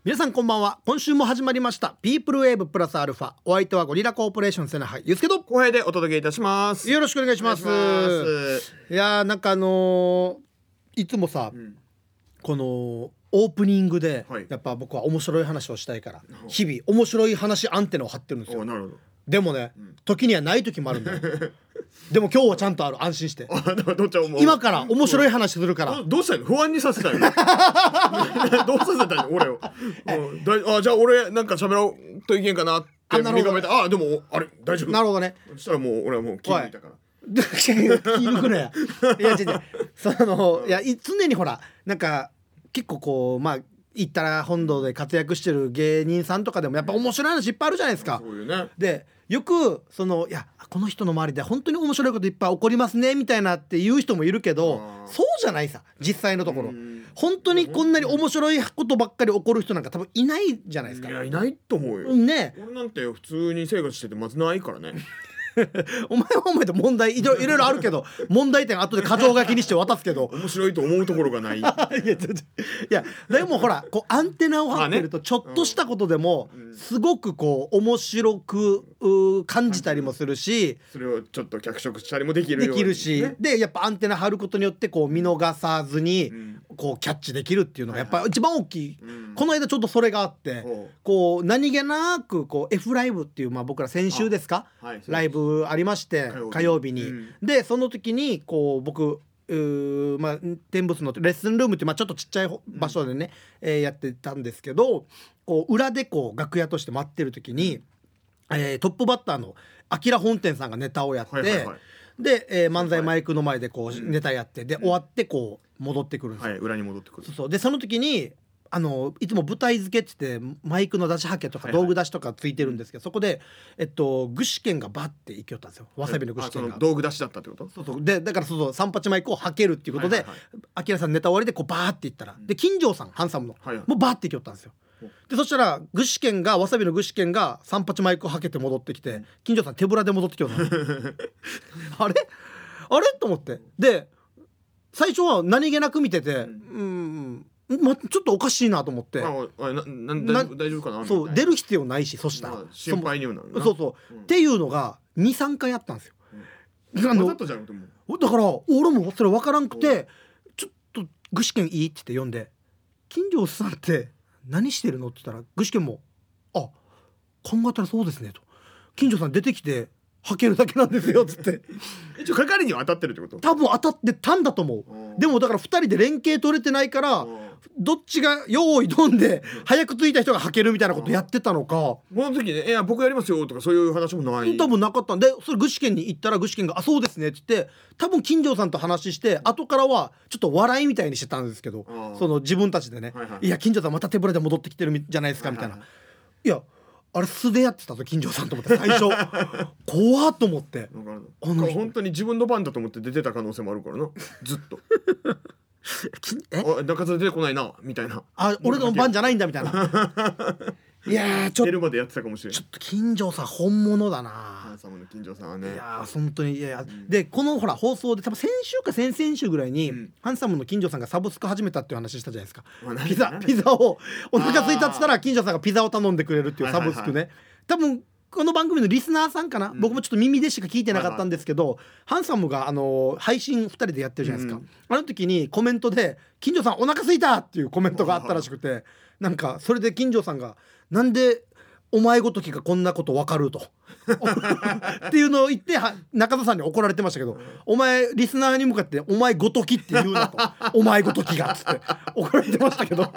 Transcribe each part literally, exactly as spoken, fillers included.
皆さんこんばんは。今週も始まりましたピープルウェーブプラスアルファ。お相手はゴリラコーポレーション瀬名ゆうすけと後輩でお届けいたします。 よろしくお願いします。 お願いします。 いやーなんかあのー、いつもさ、うん、このオープニングで、はい、やっぱ僕は面白い話をしたいから、うん、日々面白い話アンテナを張ってるんですよ。 なるほど。 でもね、うん、時にはない時もあるんだよでも今日はちゃんとある。安心して今から面白い話するから。 どうしたの？不安にさせたいのどうさせたいの俺をあじゃあ俺なんか喋ろうといけんかなって見かめて、あでもあれ大丈夫。 なるほどね。 そしたらもう俺はもう気抜いたから気抜くのやいや違う違うそのいや常にほらなんか結構こうまあ言ったら本堂で活躍してる芸人さんとかでもやっぱ面白い話いっぱいあるじゃないですか。 そういうね。 でよくそのいやこの人の周りで本当に面白いこといっぱい起こりますねみたいなって言う人もいるけど、そうじゃないさ実際のところ。本当にこんなに面白いことばっかり起こる人なんか多分いないじゃないですか。 いやいないと思うよね。 俺なんて普通に生活しててまずないからねお前はお前で問題いろいろあるけど問題点後で箇条書きにして渡すけど面白いと思うところがないいやいやでもほらこうアンテナを張ってるとちょっとしたことでもすごくこう面白く感じたりもするし、 それをちょっと脚色したりもできるように、ね、 できるしでやっぱアンテナ張ることによってこう見逃さずにこうキャッチできるっていうのがやっぱ一番大きい、はいはい、この間ちょっとそれがあってこう何気なくこう F ライブっていうまあ僕ら先週ですか、はい、ライブありまして火曜 日, 火曜日に、うん、でその時にこう僕うまあ天仏のレッスンルームってまあちょっとちっちゃい場所でね、うんえー、やってたんですけどこう裏でこう楽屋として待ってる時に、えー、トップバッターのアキラ本店さんがネタをやって、はいはいはい、で、えー、漫才マイクの前でこうネタやってで終わってこう戻ってくるんですよ、 はい、裏に戻ってくる。 そうそうでその時にあのいつも舞台付けって言ってマイクの出しはけとか道具出しとかついてるんですけど、はいはい、そこで、えっと、具志堅がバッて行きよったんですよ。わさびの具志堅が道具出しだったってこと。 そうそうでだからそうそう三八マイクをはけるっていうことで、はいはいはい、アキラさんネタ終わりでこうバーって行ったら、うん、で金城さんハンサムの、はいはい、もうバーって行きよったんですよ。でそしたら具志堅がわさびの具志堅が三八マイクをはけて戻ってきて、うん、金城さん手ぶらで戻ってきよったあれあれと思ってで最初は何気なく見てて、うん、うんま、ちょっとおかしいなと思ってああなな大丈夫かなそう出る必要ないしそしたら、 まあ、心配にはなるなそうそう、うん、っていうのが にさんかいあったんですよ、 うん、あのわざとじゃんと思う。 だから俺もそれ分からんくてちょっと具志堅いいって言って呼んで金城さんって何してるのって言ったら具志堅もあ考えたらそうですねと金城さん出てきてはけるだけなんですよっつって一応係には当たってるってこと？ 多分当たってたんだと思う。でもだからふたりで連携取れてないからどっちが用意どんで早く着いた人がはけるみたいなことやってたのか。 この時ねいや僕やりますよとかそういう話もない多分なかったんでそれ具志堅に行ったら具志堅があそうですねって言って多分金城さんと話して後からはちょっと笑いみたいにしてたんですけどその自分たちでね、はいはい、いや金城さんまた手ぶらで戻ってきてるじゃないですかみたいな、はいはいはい、いやあれ素でやってたぞ金城さんと思って最初怖っと思ってあの本当に自分の番だと思って出てた可能性もあるからなずっとえ中津出てこないなみたいなあ俺の番じゃないんだみたいないやちょっと出るまでやってたかもしれない。 ちょっと金城さん本物だな。 ハンサムの金城さんはねいや本当にいや、うん、でこのほら放送で多分先週か先々週ぐらいに、うん、ハンサムの金城さんがサブスク始めたっていう話したじゃないですか、まあ、ピザピザをお腹空いたっつったら金城さんがピザを頼んでくれるっていうサブスクね、はいはいはい、多分この番組のリスナーさんかな、うん、僕もちょっと耳でしか聞いてなかったんですけど、はいはい、ハンサムがあの配信ふたりでやってるじゃないですか、うん、あの時にコメントで金城さんお腹空いたっていうコメントがあったらしくて、はいはい、なんかそれで金城さんがなんでお前ごときがこんなこと分かるとっていうのを言って中田さんに怒られてましたけど、お前リスナーに向かってお前ごときって言うなとお前ごときがっつって怒られてましたけど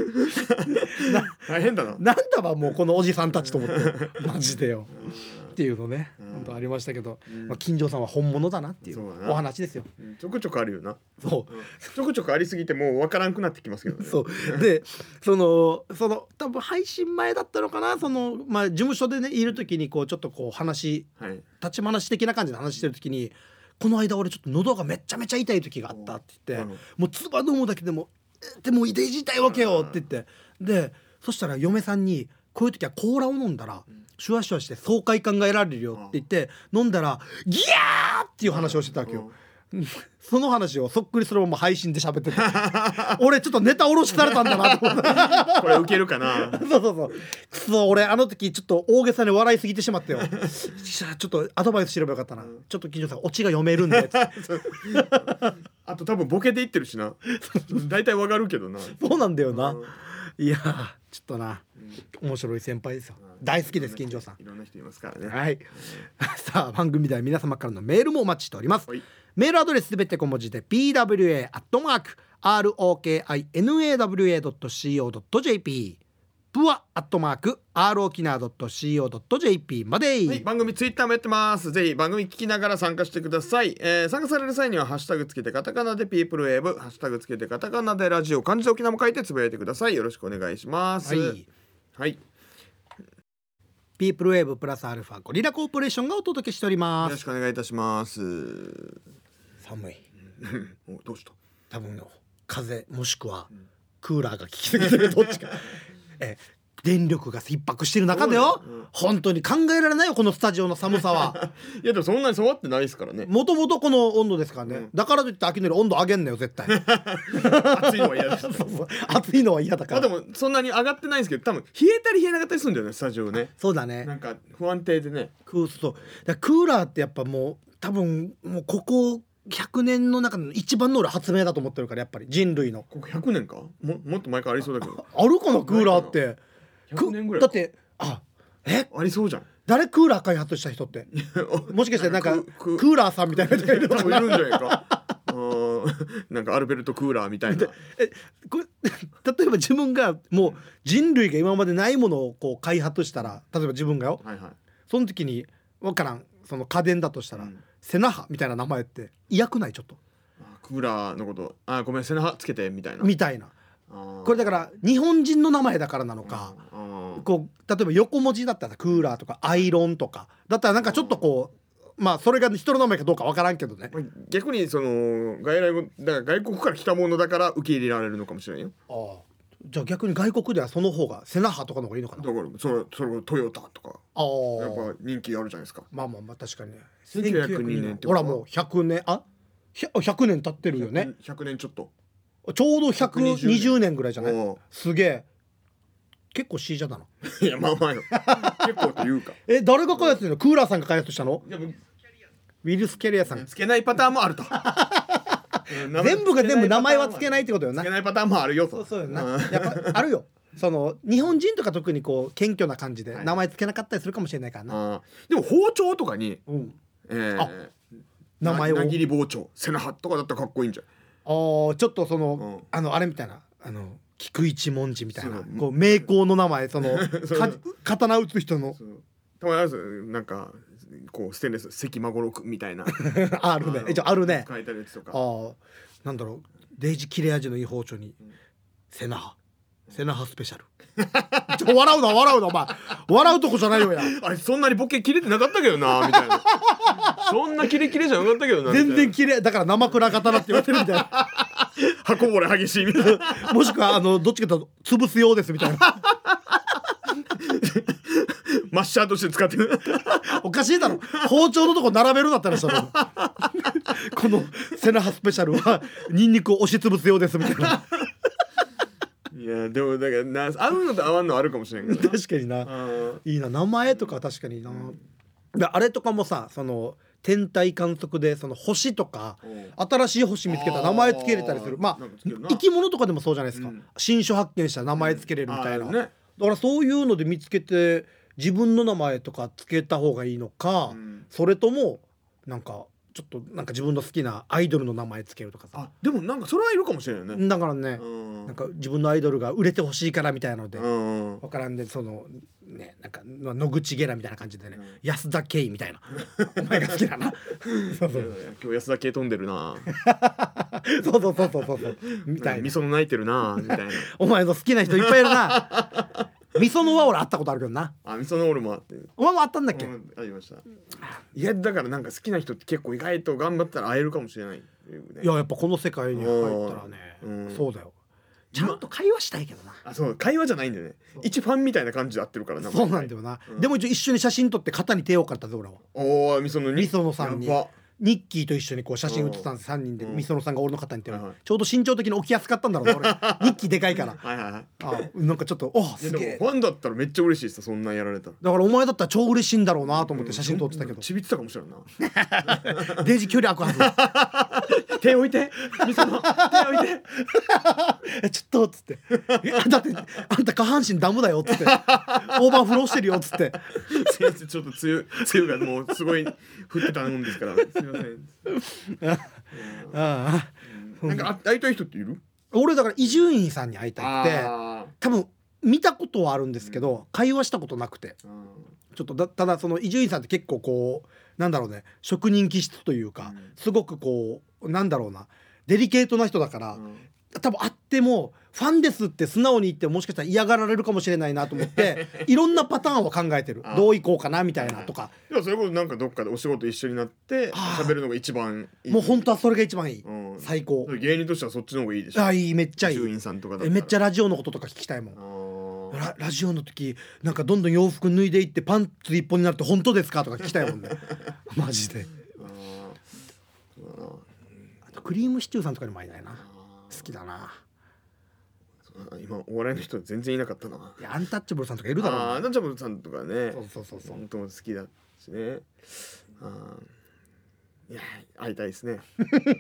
大変だななんだわもうこのおじさんたちと思ってマジでよっていうのね、本当ありましたけど、まあ、金城さんは本物だなっていうお話ですよ。 ちょくちょくあるよな。 そう、 うん、ちょくちょくありすぎてもう分からんくなってきますけどね。 そうでそのその多分配信前だったのかなその、まあ、事務所でねいる時にこうちょっとこう話、はい、立ち話的な感じで話してる時にこの間俺ちょっと喉がめちゃめちゃ痛い時があったって言って、うん、もう唾飲むだけでもでも痛い痛いわけよって言ってでそしたら嫁さんにこういう時はコーラを飲んだら、うんシュワシュワして爽快感が得られるよって言って飲んだらギャーっていう話をしてたわけよ。 その話をそっくりそのまま配信で喋ってた俺ちょっとネタ下ろしされたんだなと思ってこれウケるかなそうそうそうくそ俺あの時ちょっと大げさに笑いすぎてしまったよちょっとアドバイスすればよかったな、うん、ちょっと金城さんオチが読めるんであと多分ボケていってるしな大体わかるけどなそうなんだよな、うん、いやちょっとな、うん、面白い先輩ですよ、うん、大好きです金城さんいろんな人いますからねはいさあ番組では皆様からのメールもお待ちしております、はい、メールアドレスすべて小文字で ピーダブリューエー アットマーク アールオーケーアイエヌエーダブリューエー ドットシーオー ドット ジェーピー プアアットマーク アールオーキナー ドットシーオー ドット ジェーピー まで、はい、 番組ツイッターもやってます。ぜひ番組聞きながら参加してください、えー、参加される際にはハッシュタグつけてカタカナでピープルウェーブ、ハッシュタグつけてカタカナでラジオ、漢字で沖縄も書いてつぶやいてください。よろしくお願いします。はい、はい、 ピープルウェーブプラスアルファゴリラコーポレーションがお届けしております。 よろしくお願いいたします。 寒いおどうした多分風もしくはクーラーが効きすぎてるどっちかえ電力が逼迫してる中でよ、うん、本当に考えられないよこのスタジオの寒さはいやでもそんなに触ってないですからね。 もともとこの温度ですからね、うん、だからといって秋の夜温度上げんなよ絶対暑いのは嫌ですそうそう暑いのは嫌だから、 まあ、でもそんなに上がってないんですけど多分冷えたり冷えなかったりするんだよねスタジオね。 そうだねなんか不安定でねクーそうだクーラーってやっぱもう多分もうここひゃくねんの中の一番の俺発明だと思ってるからやっぱり人類のここひゃくねんか も, もっと前からありそうだけどあ, あるかなクーラーってひゃくねんぐらいだってあえありそうじゃん。 誰クーラー開発した人ってもしかしてなんかクーラーさんみたいな人いるのかな。 多分いるんじゃないかなんかアルベルト・クーラーみたいなえこれ例えば自分がもう人類が今までないものをこう開発したら例えば自分がよ、はいはい、その時に分からんその家電だとしたら、うん、セナハみたいな名前って嫌くないちょっとクーラーのことあごめんセナハつけてみたいなみたいなこれだから日本人の名前だからなのかこう例えば横文字だったらクーラーとかアイロンとかだったらなんかちょっとこうまあそれが人の名前かどうかわからんけどね。 逆にその外来語だから外国から来たものだから受け入れられるのかもしれないよ。 ああじゃあ逆に外国ではその方がセナハとかの方がいいのかな。だからそれそれトヨタとかあやっぱ人気あるじゃないですか。 まあまあまあ確かにねせんきゅうひゃくにねんってほらもうひゃくねんあひゃくねん経ってるよね。 ひゃくねんちょっとちょうどひゃくにじゅうねんぐらいじゃない。すげえ結構 C じゃだな。 いやまあまあよ結構というかえ誰が開発したの。クーラーさんが開発したの。ウィルス・キャリアさんつけないパターンもあると全部が全部名前はつけないってことよな。 つけないパターンもあるよと。 そうそうよなやっぱあるよその日本人とか特にこう謙虚な感じで名前つけなかったりするかもしれないからな、 はい、でも包丁とかに、うんえー、あ名前をなぎり包丁セナハとかだったらかっこいいんじゃん。 あちょっとその、うん、あのあれみたいなあの菊一文字みたいなこう名工の名前そのか刀打つ人のたまにあるなんかこうステンレス関孫六みたいなあるね一応あるね書いてあるやつとかあなんだろうデイジ切れ味のいい包丁に、うん、セナハセナハスペシャルちょ笑うな笑うなお前笑うとこじゃないよやあれそんなにボケ切れてなかったけどなみたいなそんなキレキレじゃなかったけどな全然キレだから生倉刀って言われてるみたいな刃こぼれ激しいみたいなもしくはあのどっちかというと潰すようですみたいなマッシャーとして使ってるおかしいだろ包丁のとこ並べるだったらしたらこのセナハスペシャルはニンニクを押し潰すようですみたいないやでもだからな合うのと合わんのあるかもしれんけど確かにないいな名前とか確かにな、うん、あれとかもさその天体観測でその星とか新しい星見つけたら名前つけれたりするまあ生き物とかでもそうじゃないですか、うん、新種発見したら名前つけれるみたいな、うんね、だからそういうので見つけて自分の名前とかつけた方がいいのか、うん、それともなんかちょっとなんか自分の好きなアイドルの名前つけるとかさあでもなんかそれはいるかもしれないねだからね、うん、なんか自分のアイドルが売れてほしいからみたいなので、うん、分からんでそのねなんか野口ゲラみたいな感じでね、うん、安田圭みたいなお前が好きだなそうそう今日安田圭飛んでるなそうそうそうそうそうみたいなみその泣いてるなみたいなお前の好きな人いっぱいいるなみそのは俺会ったことあるけどなあみその俺もあってお前も会ったんだっけ、うん、 ありましたいやだからなんか好きな人って結構意外と頑張ったら会えるかもしれないっていう、ね、 いややっぱこの世界に入ったらね、うん、そうだよちゃんと会話したいけどなあそう会話じゃないんだよね一ファンみたいな感じで会ってるからなそうなんだよな、うん、でも一緒に写真撮って肩に手を置かれたぞ俺はおおみそのにみそのさんにニッキーと一緒にこう写真写ってたんですさんにんで、 うんみそのさんが俺の肩に手を、 はいはいちょうど身長的に起きやすかったんだろうな俺ニッキーでかいからはいはいはいあなんかちょっとおいやですげえもファンだったらめっちゃ嬉しいですそんなんやられたらだからお前だったら超嬉しいんだろうなと思って写真撮ってたけど、 ちびってたかもしれんなデージ距離空くはず手置いてみその手置いてえちょっとっつってえだってあんた下半身ダムだよっつってオーバーフローしてるよっつって先生ちょっと梅雨梅雨がもうすごい降ってたもんですからすいませんああなんかあ会いたい人っている俺だから伊集院さんに会いたいってあ多分見たことはあるんですけど、会話したことなくてーちょっとだただその伊集院さんって結構こうなんだろうね職人気質というか、 うんすごくこうなんだろうなデリケートな人だから、 うん多分会ってもファンですって素直に言ってもしかしたら嫌がられるかもしれないなと思っていろんなパターンを考えてるあどういこうかなみたいなとかでもそれこそなんかどっかでお仕事一緒になってあー喋るのが一番いいもう本当はそれが一番いい、 うん最高芸人としてはそっちの方がいいでしょあいいめっちゃいい伊集院さんとかだったらえめっちゃラジオのこととか聞きたいもんあーラ, ラジオの時なんかどんどん洋服脱いでいってパンツ一本になるって本当ですかとか聞きたいもんねマジであーそうだなあとクリームシチューさんとかにも会いないなあ好きだなー今お笑いの人全然いなかったないやアンタッチャブルさんとかいるだろうなあーナチャブルさんとかねそうそうそうそう本当も好きだしねあーいや会いたいですね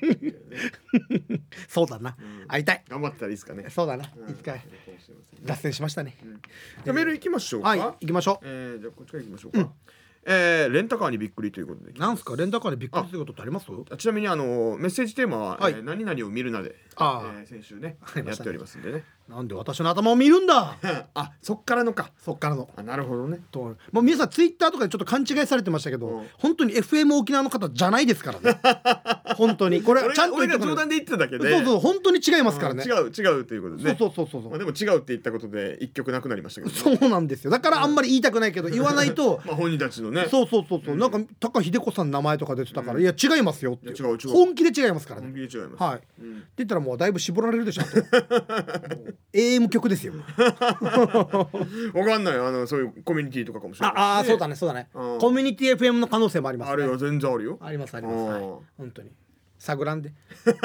そうだな、 うん会いたい頑張ってたらいいですかねそうだな、 うんいつかいそうかもしれませんね脱線しましたね、 じゃあメール行きましょうかはい行きましょえーじゃあこっちから行きましょうか、えーレンタカーにびっくりということでうなんすかレンタカーでびっくりすることってありますあちなみにあのメッセージテーマは、 はいえー何々を見るなで、 あーえー先週ねありましたねやっておりますんでねなんで私の頭を見るんだあそっからのかそっからのあなるほどねともう皆さんツイッターとかでちょっと勘違いされてましたけど、 うん本当に エフエム 沖縄の方じゃないですからね本当にこれ俺ちゃんとが俺言っておかないが冗談で言ってただけでそうそう本当に違いますからね、 うん違う違うということでねそうそうそうそうまあ、でも違うって言ったことで一曲なくなりましたけど、ね、 そうなんですよだからあんまり言いたくないけど言わないとまあ本人たちのねそうそうそうそうなんか高秀子さんの名前とか出てたから、 うんいや違いますよっていや違う違う本気で違いますからね本気で違います、 はいってうん言ったらもうだいぶ絞られるでしょあともう エーエム 曲ですよわかんないあのそういうコミュニティとかかもしれないしね、 ああーそうだねそうだねうんコミュニティ エフエム の可能性もありますねあるよ全然あるよありますありますはいあ本当に探らんで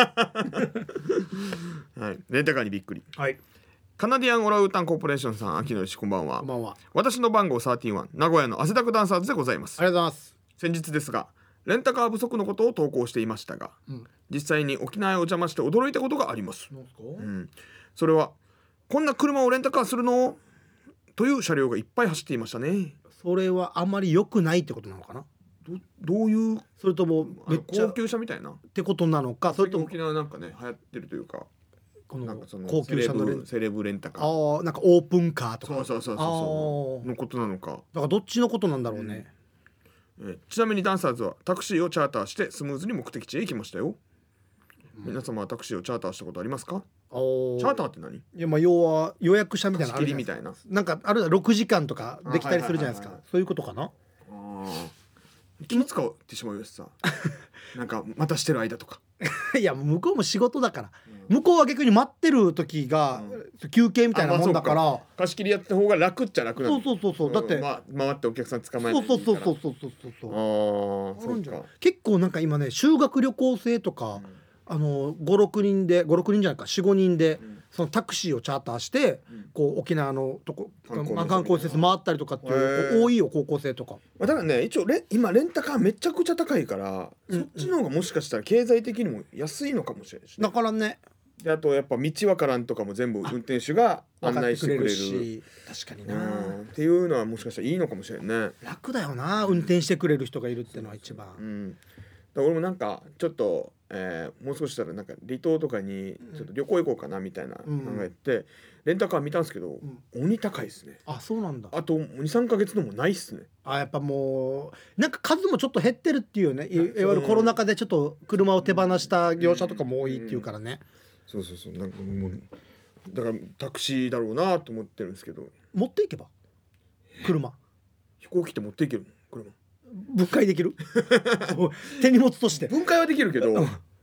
はいレンタカーにびっくりはいカナディアンオランウータンコーポレーションさん秋野氏こんばんはこんばんは私の番号さんじゅういち名古屋の汗だくダンサーズでございますありがとうございます先日ですがレンタカー不足のことを投稿していましたが、 うん実際に沖縄へお邪魔して驚いたことがあります、 なんすかうん、それはこんな車をレンタカーするのという車両がいっぱい走っていましたねそれはあまり良くないってことなのかなどどういうそれともあのめっちゃっ高級車みたいなてことなのかそれとも沖縄なんかね流行ってるというかこのなんかその高級車のレンセレブセレブレンタカーああなんかオープンカーとかそうそうそうそうあーそうのことなのか、 だからどっちのことなんだろうね、 えーちなみにダンサーズはタクシーをチャーターしてスムーズに目的地へ行きましたよ、皆様はタクシーをチャーターしたことありますかあーチャーターって何いやまあ要は予約車みたいなのあるじゃないですか貸し切りみたいななんかあるいはろくじかんとかできたりするじゃないですかあはいはいはいはいそういうことかな気に使ってしまうよしさなんか待たしてる間とかいや向こうも仕事だから、向こうは逆に待ってる時が、休憩みたいなもんだから、 あまあそう貸し切りやった方が楽っちゃ楽なのそうそうそうそうだって、 んまあ、回ってお客さん捕まえそうそうそううそうそうそうそうあーあるんじゃないそうか結構なんか今ね修学旅行生とか、あのごろくにんでごろくにんじゃないかよんごにんで、 んそのタクシーをチャーターして、 うんこう沖縄のとこ観光の観光施設回ったりとかっていうへー子多いよ高校生とか。 まあだからね一応レ今レンタカーめちゃくちゃ高いから、 うんそっちの方がもしかしたら経済的にも安いのかもしれないし、ねだ、からねであとやっぱ道わからんとかも全部運転手が案内してくれるし確かにな、 うんっていうのはもしかしたらいいのかもしれんね楽だよな運転してくれる人がいるっていうのは一番、 うん、だから俺もなんかちょっと、えーもう少ししたらなんか離島とかにちょっと旅行行こうかなみたいな考えて、レンタカー見たんですけど、鬼高いですね。 あそうなんだあとにさんかげつのもないっすね。 あやっぱもうなんか数もちょっと減ってるっていうねいいわゆるコロナ禍でちょっと車を手放した業者とかも多いっていうからね、 そうそうそうなんかもうだからタクシーだろうなと思ってるんですけど、 持っていけば車飛行機って持っていけるの車。 分解できるそう手荷物として分解はできるけど、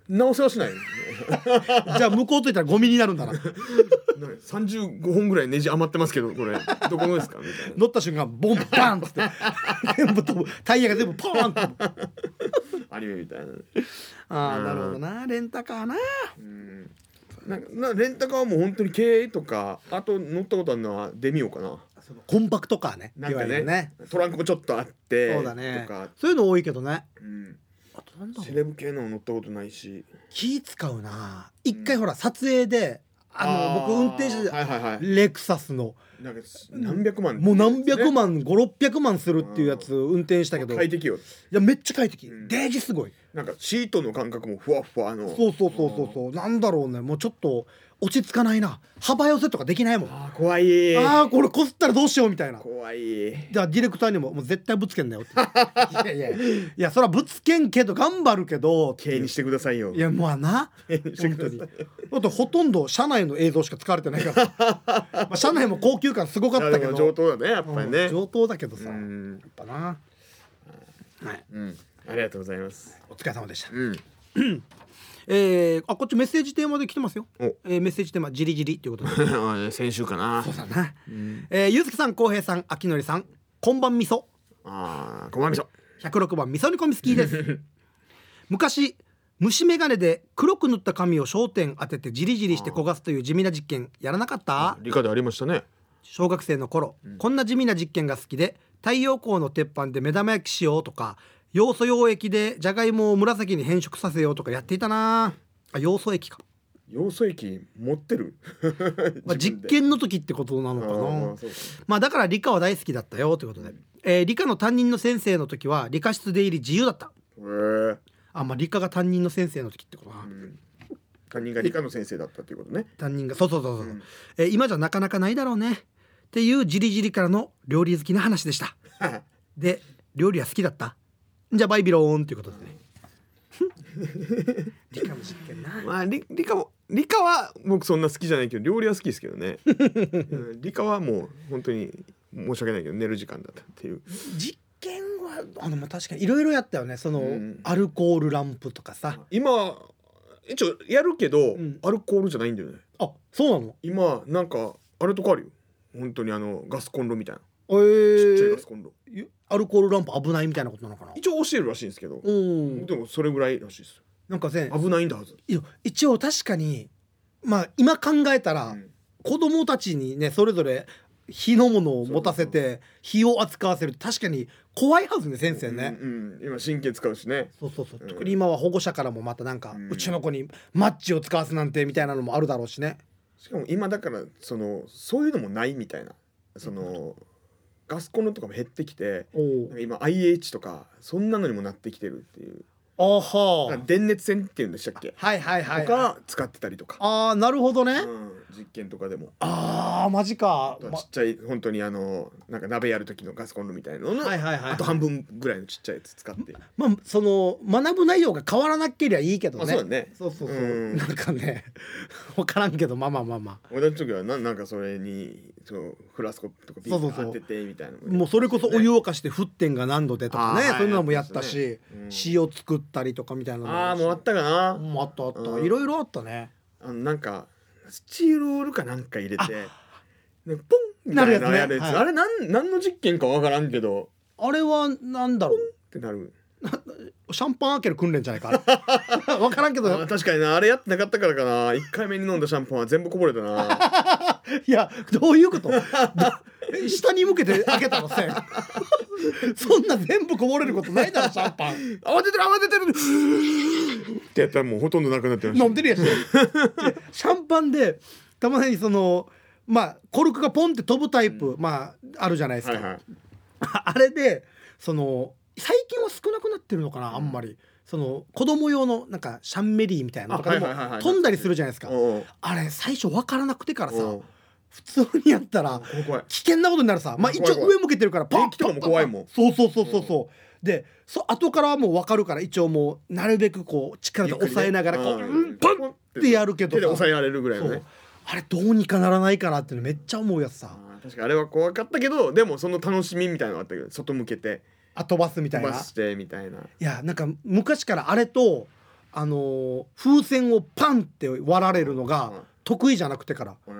直せはしないじゃあ向こうといったらゴミになるんだな。 さんじゅうごほんぐらいネジ余ってますけどこれどこのですかみたいな。 乗った瞬間ボンバンっつって全部飛ぶ、タイヤが全部ポーンって飛ぶ。 アニメみたいな。 ああなるほどな、レンタカーな。 うんなんかなレンタカーはもう本当に経営とか、あと乗ったことあるのはデミオかな。 コンパクトカーね、 なんかいわゆるねトランクもちょっとあってそうだねとか、 そういうの多いけどね。 うんあとなんだろう、 セレブ系の乗ったことないし。 気使うな。一回ほら撮影であの僕運転してはいはいはいレクサスのなんか何百万、 もう何百万ごろっぴゃくまんするっていうやつ運転したけど、い快適よ。 やめっちゃ快適、 うんデージすごい。 なんかシートの感覚もふわふわの。 そうそうそうそうそう、なんだろうね、もうちょっと落ち着かないな、幅寄せとかできないもん。 あー怖い。 ああこれこすったらどうしようみたいな。 怖い。 じゃあディレクターにももう絶対ぶつけんなよっていやいやいやそれはぶつけんけど頑張るけど経にしてくださいよ。 いやもうな本当にだってほとんど車内の映像しか使われてないからまあ車内も高級感すごかったけど上等だねやっぱりね。 うん上等だけどさ、やっうんぱな。はい、 うんありがとうございます。 お疲れ様でした。 うんえー、あこっちメッセージテーマで来てますよ。 おえーメッセージテーマじりじりということで先週かな。 そうだな、 うんえー、ゆうすけさん、こうへいさん、あきのりさん、こんばんみそああこまみそ。 ひゃくろくばんみそ煮込み好きです昔虫眼鏡で黒く塗った紙を焦点当ててじりじりして焦がすという地味な実験やらなかった？ 理科でありましたね。 小学生の頃、うん、こんな地味な実験が好きで、太陽光の鉄板で目玉焼きしようとか、ヨウ素溶液でじゃがいもを紫に変色させようとかやっていたなあ。ヨウ素液か。 ヨウ素液持ってるまあ実験の時ってことなのかな。あ、まあ、まあだから理科は大好きだったよということで、うん、えー、理科の担任の先生の時は理科室出入り自由だった。 へー。 あ、まあ理科が担任の先生の時ってことな、うん、 担任が理科の先生だったっていうことね。 担任がそうそうそうそう、うん、えー、今じゃなかなかないだろうねっていうじりじりからの料理好きな話でしたで、料理は好きだった？じゃあバイビローンということでね理科の実験な。 まあ理、理科も理科は僕そんな好きじゃないけど料理は好きですけどね、うん、理科はもう本当に申し訳ないけど寝る時間だったっていう。 実験はあの確かにいろいろやったよね。その、うん、アルコールランプとかさ。 今一応やるけど、うん、アルコールじゃないんだよね。 あ、そうなの？ 今なんかあれとかあるよ本当に、あのガスコンロみたいな、 えー、 ちっちゃいガスコンロ。 アルコールランプ危ないみたいなことなのかな。 一応教えるらしいんですけど、でもそれぐらいらしいです。 なんかね危ないんだはず。 いや一応確かにまあ今考えたら、うん、子供たちにねそれぞれ火のものを持たせて火を扱わせる、確かに怖いはずね先生ね、 うんうん、今神経使うしね。 そうそうそう、うん、特に今は保護者からもまたなんか、うん、うちの子にマッチを使わすなんてみたいなのもあるだろうしね。 しかも今だからそのそういうのもないみたいな、そのガスコンロとかも減ってきて、今 アイエイチ とかそんなのにもなってきてるっていう。あは電熱線っていうんでしたっけ。 はいはいはい、はい、 とか使ってたりとか。 ああなるほどね、うん、 実験とかでも。 ああマジか。 ちっちゃい本当にあのなんか鍋やる時のガスコンロみたいなのの、はいはいはいはい、あと半分ぐらいのちっちゃいやつ使って。 まあその学ぶ内容が変わらなければいいけどね。 あ、そうだね。 そうそうそう。うんなんかね分からんけどまあまあまあまあ。 俺の時はななんかそれにそうフラスコとかビール当ててみたいな、ね。 そうそうそうもうそれこそお湯を沸かして沸点が何度でとかね、そういうのもやったし、ねうん、塩作ったりとかみたいなのもああもうあったかな。 もうあったあった、うん、いろいろあったね。 あのなんかスチールオールかなんか入れてポンみたいなやるやつ、あれなん何の実験かわからんけど、 あれはなんだろうってなるシャンパン開ける訓練じゃないかわからんけど確かにな、あれやってなかったからかな。いっかいめに飲んだシャンパンは全部こぼれたないやどういうこと下に向けて開けたのせんそんな全部こぼれることないだろシャンパン。 慌ててる慌ててるってやったらもうほとんどなくなってました。 飲んでるやつシャンパンでたまにそのまあコルクがポンって飛ぶタイプ、うん、まああるじゃないですか、はいはい、あれでその最近は少なくなってるのかな、うん、あんまりその子供用のなんかシャンメリーみたいなのとかでも飛んだりするじゃないですか。あれ最初分からなくてからさ普通にやったら危険なことになるさ。まあ一応上向けてるからパンとかも怖いもん。 そうそうそうそうそう。でそ後からはもう分かるから一応もうなるべくこう力で押さえながらこう、ね、パンってやるけど手で押さえられるぐらいのね。 あれどうにかならないかなってめっちゃ思うやつさ。 確かあれは怖かったけど、でもその楽しみみたいなのがあったけど、外向けてあ飛ばすみたいな飛ばしてみたいな。いやなんか昔からあれとあのー、風船をパンって割られるのが得意じゃなくてから、うん、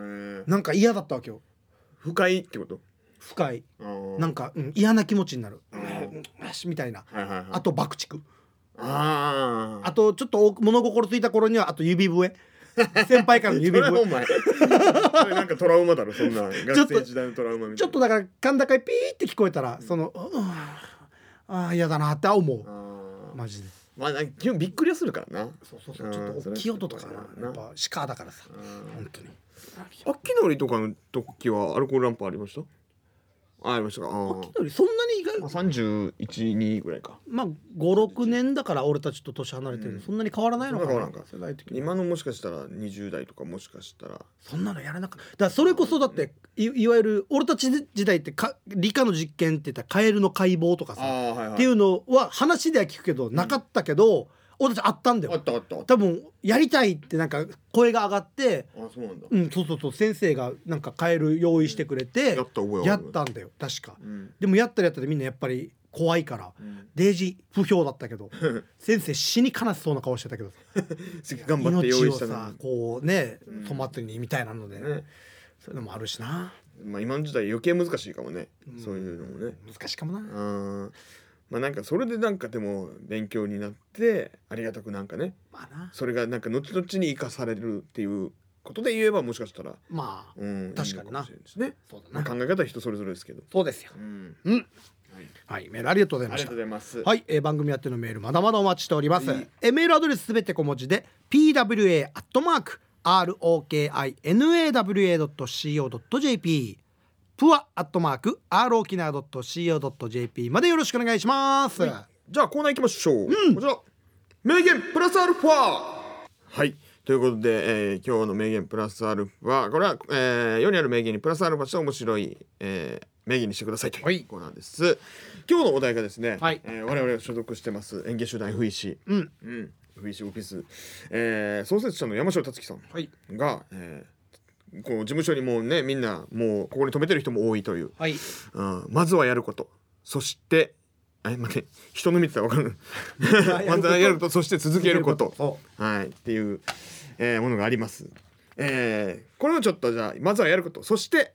なんか嫌だったわけよ。 不快ってこと？ 不快、なんか、うん、嫌な気持ちになる、よしみたいな、はいはいはい、あと爆竹、ああとちょっと物心ついた頃にはあと指笛先輩からの指笛それお前それなんかトラウマだろそんな学生時代のトラウマみたいな。 ちょっとだから甲高いピーって聞こえたら、うん、その、うん、ああ嫌だなって思う、あマジで。 まあ基本びっくりはするからな。 そうそうそう、ちょっと大きい音とかな、やっぱ鹿だからさ、本当に。 あっきのりとかの時はアルコールランプありました？ありましたか。ああきのりそんなに意外、 まあ、さんじゅういち、にぐらいか。 まあご、ろくねんだから俺たちと年離れてる、うん、そんなに変わらないのかな。 変わらんか世代的に。今のもしかしたらにじゅう代とかもしかしたらそんなのやらなかった。だからそれこそだって い, いわゆる俺たち時代ってか理科の実験って言ったらカエルの解剖とかさ、はいはい、っていうのは話では聞くけどなかったけど、うん、俺たちあったんだよ。 あったあった。 多分やりたいってなんか声が上がって、 あそうなんだ。 うん、そうそうそう、先生がなんかカエル用意してくれて、うん、やった覚えやったんだよ確か、うん、でもやったらやったらみんなやっぱり怖いから、うん、デージ不評だったけど先生死に悲しそうな顔してたけど頑張って用意したのに命をさこうね粗末にみたいなので、ね、うん、そういうのもあるしな。 まあ今の時代余計難しいかもね、うん、そういうのもね難しいかもな。 うんまあなんかそれでなんかでも勉強になってありがたくなんかね、まあ、なそれがなんか後々に生かされるっていうことで言えばもしかしたらまあ、うん、確かにな、 ね、そうだな、まあ、考え方は人それぞれですけど。 そうですよ、うんうん、はい、はい、メールありがとうございました。 ありがとうございます。 はい、えー、番組やってのメールまだまだお待ちしております、はい、えー、メールアドレスすべて小文字で ピーダブリューエー アットマーク アールオーケーアイエヌエーダブリューエー ドット シーオー ドット ジェーピー プアアットマーク アールオーキナー ドット シーオー ドット ジェーピー までよろしくお願いします、はい、 じゃあコーナー行きましょう、うん、こちら名言プラスアルファ。はいということで、えー、今日の名言プラスアルファこれは、えー、世にある名言にプラスアルファして面白い、えー、名言にしてくださいというコーナーです、はい、今日のお題がですね、はい、えー、我々が所属してます演芸集団 エフイーシー、うんうん、エフイーシー オフィス、えー、創設者の山城達樹さんが、はい、えーこう事務所にもうねみんなもうここに止めてる人も多いという、はい、うん、まずはやることそしてあ待って人の見てたら分かるまずはやることそして続けることはいっていう、えー、ものがあります、えー、これをちょっとじゃあまずはやることそして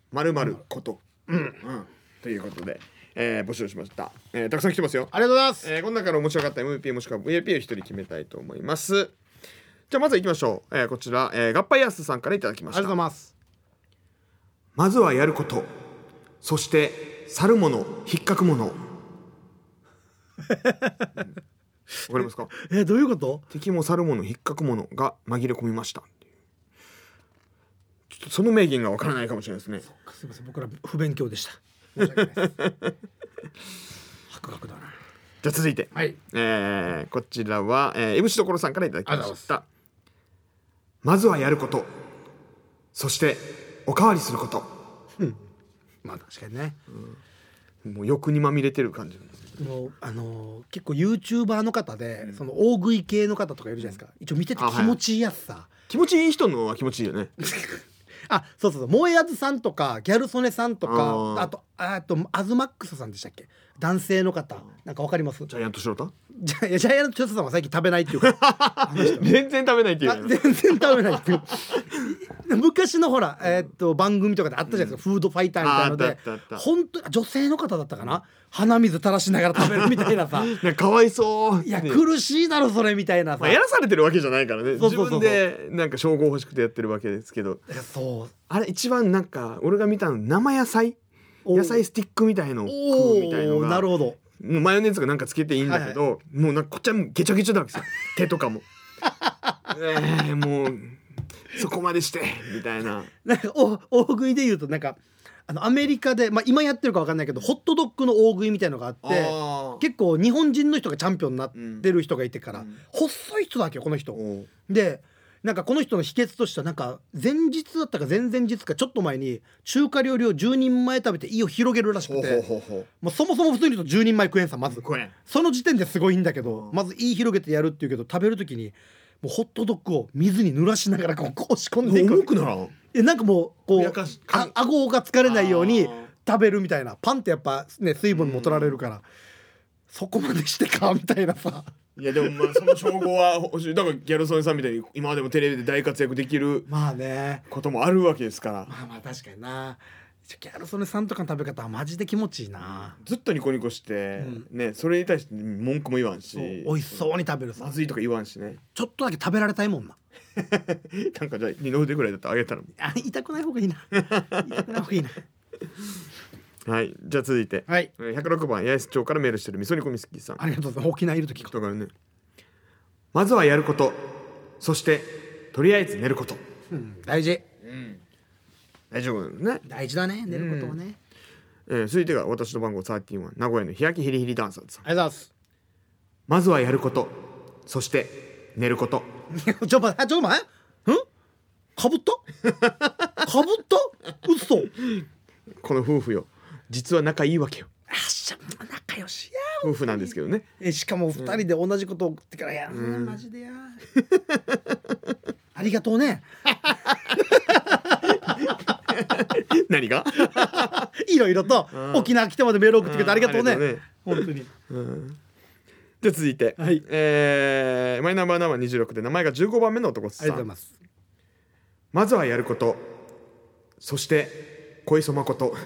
〇〇こと、うんうん、ということで、えー、募集しました、えー、たくさん来てますよ。 ありがとうございます、 えー、この中から面白かった エムブイピー もしくは ブイアイピー を一人決めたいと思います。じゃあまず行きましょう、えー、こちら、えー、ガッパイアースさんからいただきました。 ありがとうございます。 まずはやることそして去るもの引っかくものわかりますか？ えー、どういうこと？ 敵も去るもの引っかくものが紛れ込みました。ちょっとその名言がわからないかもしれないですね。 そっかすいません僕ら不勉強でした。申し訳ないです博学だな。 じゃあ続いて、はい、えー、こちらは、えー、エムシ所さんからいただきました。まずはやることそしておかわりすること、 うん、まあ確かにね、 うん、もう欲にまみれてる感じなんです。 もうあのー、結構 YouTuber の方で、うん、その大食い系の方とかいるじゃないですか。一応見てて気持ちいいやつさ、はい、 気持ちいい人のは気持ちいいよねあ、そうそうそう、もえあずさんとかギャル曽根さんとか あ, あとあとアズマックスさんでしたっけ、男性の方なんかわかります？ ジャイアント白田？ ジャ, ジャイアント白田さんは最近食べないっていうか全然食べないっていう、 ね、全然食べないっていう昔のほら、えー、っと番組とかであったじゃないですか、うん、フードファイターみたいなので本当女性の方だったかな、鼻水垂らしながら食べるみたいなさかわいそう、 いや苦しいだろそれみたいなさ、 まあ、やらされてるわけじゃないからね、そうそうそうそう、自分でなんか称号欲しくてやってるわけですけど、 そうあれ一番なんか俺が見たの生野菜野菜スティックみたいのを食うみたいのが、 なるほど、 もうマヨネーズがなんかつけていいんだけど、はいはい、もうなんかこっちはもうゲチョゲチョだわけさ手とかもえー、もうそこまでしてみたいな、 なんかお大食いで言うとなんかあのアメリカで、まあ、今やってるか分かんないけどホットドッグの大食いみたいのがあって結構日本人の人がチャンピオンになってる人がいてから、うん、細い人だっけこの人で、なんかこの人の秘訣としてはなんか前日だったか前々日かちょっと前に中華料理をじゅうにんまえ食べて胃を広げるらしくて、ほうほうほう、もうそもそも普通に言うとじゅうにんまえ食えんさまずその時点ですごいんだけど、まず胃広げてやるっていうけど食べる時にもうホットドッグを水に濡らしながらこう押し込んでいく。 重くならん？ えなんかもうこうあ顎が疲れないように食べるみたいな。パンってやっぱね水分も取られるから、うん、そこまでしてかみたいなさいやでもまあその称号は欲しい。だからギャル曽根さんみたいに今でもテレビで大活躍できるまあねこともあるわけですから。 まあまあ確かにな。ギャル曽根さんとかの食べ方はマジで気持ちいいな。 ずっとニコニコして、うん、ね、それに対して文句も言わんし、 美味しそうに食べるさ。 まずいとか言わんしね。 ちょっとだけ食べられたいもんな。 なんかじゃあ二の腕ぐらいだったらあげたら。 あ、痛くない方がいいな。痛くない方がいいな。 はい、じゃあ続いて、 はい、 ひゃくろくばん八重洲町からメールしてるみそ煮込みすきさん。 ありがとうございます。沖縄いると聞くだからね、まずはやること、そしてとりあえず寝ること、 うん、大事、 うん、大丈夫ね。 大事だね、寝ることはね、 うん、えー、続いてが私の番号さんじゅういち、名古屋の日焼きヒリヒリダンサーズさん。 ありがとうございます。 まずはやること、そして寝ること。 ちょ待って、ちょっと待って、んかぶったかぶった嘘。 この夫婦よ、実は仲いいわけよ。 あっしゃ、仲良しや夫婦なんですけどね。 えしかもふたりで同じことを送ってから、や、うん、マジでやありがとうね。 何がいろいろと沖縄来てまでメール送ってくれてありがとうね、ね本当に。 うん、で続いて、 はい、 えー、マイナンバーナンバーにじゅうろくで名前がじゅうごばんめの男さん。 ありがとうございます。 まずはやること、そして小磯誠。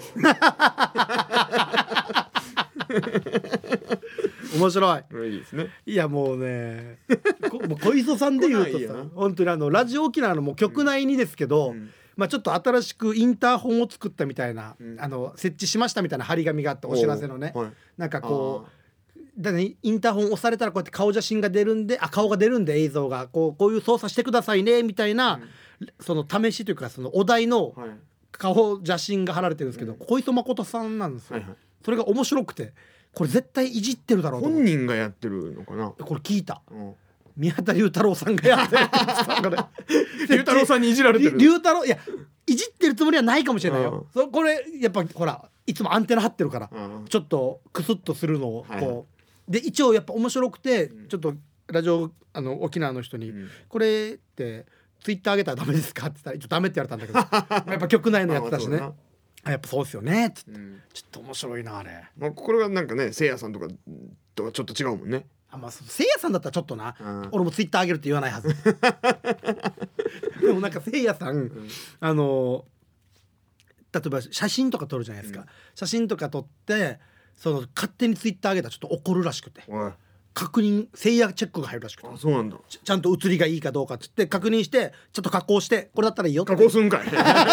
面白い。 いいですね。 いやもうね、こもう小磯さんで言うとさ、本当にあのラジオ沖縄のもう局内にですけど、うん、まあちょっと新しくインターホンを作ったみたいな、うん、あの設置しましたみたいな張り紙があって、お知らせのね、はい、なんかこうだね、インターホン押されたらこうやって顔写真が出るんで、あ顔が出るんで映像がこうこういう操作してくださいねみたいな、うん、その試しというかそのお題の、はい、顔写真が貼られてるんですけど、うん、小磯誠さんなんですよ、はいはい、それが面白くて、これ絶対いじってるだろうと思って。 本人がやってるのかな、 これ聞いた、うん、宮田龍太郎さんがやってる龍太郎さんにいじられてる。 龍太郎、いやいじってるつもりはないかもしれないよ、うん、そこれやっぱほらいつもアンテナ張ってるから、うん、ちょっとクスッとするのをこう、はいはい、で一応やっぱ面白くて、うん、ちょっとラジオあの沖縄の人に、うん、これってツイッター上げたらダメですかって言ったら一応ダメって言われたんだけどやっぱ局内のやつだしね、あやっぱそうですよねって、うん、ちょっと面白いなあれ、 まあ、これはなんかねせいやさんとかとはちょっと違うもんね。 あ、まあ、せいやさんだったらちょっとな、うん、俺もツイッター上げるって言わないはずでもなんかせいやさん、うん、あの例えば写真とか撮るじゃないですか、うん、写真とか撮ってその勝手にツイッター上げたらちょっと怒るらしくて、確認せいやチェックが入るらしくて、 あ、そうなんだ、 ち, ちゃんと写りがいいかどうかっつって確認してちょっと加工してこれだったらいいよって加工すんかい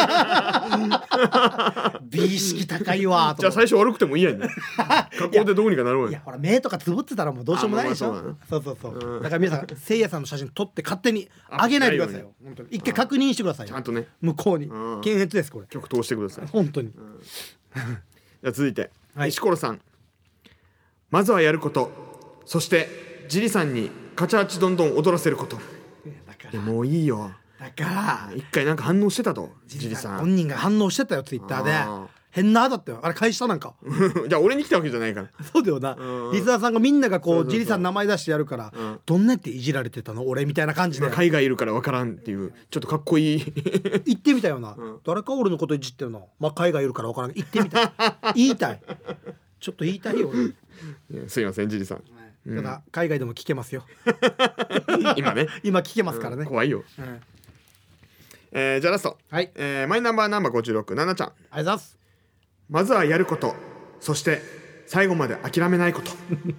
美意識高いわと。 じゃあ最初悪くてもいいやんね加工でどうにかなるわよ。 いやほら目とかつぶってたらもうどうしようもないでしょ。まあまあ そう, そうそうそう、うん、だから皆さんせいやさんの写真撮って勝手に上げないでくださいよ。本当に一回確認してくださいよ、 ちゃんとね、 向こうに検閲ですこれ。 曲通してください本当に、うん、 じゃあ続いて、はい、石ころさん、まずはやること、そしてジリさんにカチャーチどんどん踊らせること。だからもういいよ。 だから一回なんか反応してたと、ジリさん本人が反応してたよツイッターで。変なだったよあれ返したなんかじゃあ俺に来たわけじゃないから。 そうだよな、リスナーさんがみんながこうジリさん名前出してやるから、うん、どんなっていじられてたの俺みたいな感じで、 海外いるから分からんっていうちょっとかっこいい言ってみたよな、うん、誰か俺のこといじってるの、まあ海外いるから分からん言ってみたい言いたいちょっと言いたいよすいませんジリさん、 うん、ただ海外でも聞けますよ今ね今聞けますからね、うん、 怖いよ、うん、えー、じゃあラスト、はい、えー、マイナンバーナンバーごじゅうろく、ななちゃん、 ありがとうございます。 まずはやること、そして最後まで諦めないこと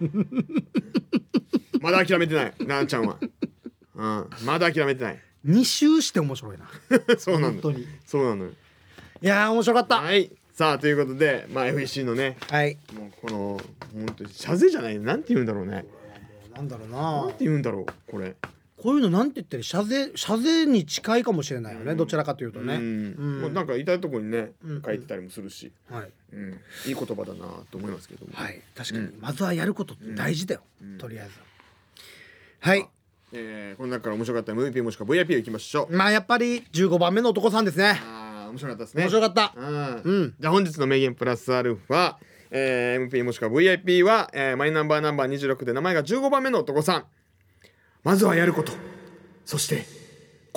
まだ諦めてないななちゃんは、うん、まだ諦めてない。 に周して面白いなそうなの、 本当にそうなのよ。 いやー面白かった。 はい、さあということで、まあ、エフイーシー のね、はい、もうこの本当に謝罪じゃない、なんて言うんだろうね、 なんだろうな、 なんて言うんだろうこれ、 こういうのなんて言ってる、謝罪謝罪に近いかもしれないよね、うん、どちらかというとね、うんうん、もうなんか至るところにね、うん、書いてたりもするし、はい、うん、いい言葉だなと思いますけども、 はい、確かに、うん、まずはやることって大事だよ、うん、とりあえず、はい、 えー、この中から面白かった エムブイピー もしくは ブイアイピー いきましょう。 まあやっぱりじゅうごばんめの男さんですね。 あー面白かったですね。 面白かった、 うんうん、じゃあ本日の名言プラスアルファ、えー、エムピー もしくは ブイアイピー は、えー、マイナンバーナンバーにじゅうろくで名前がじゅうごばんめの男さん、まずはやること、そして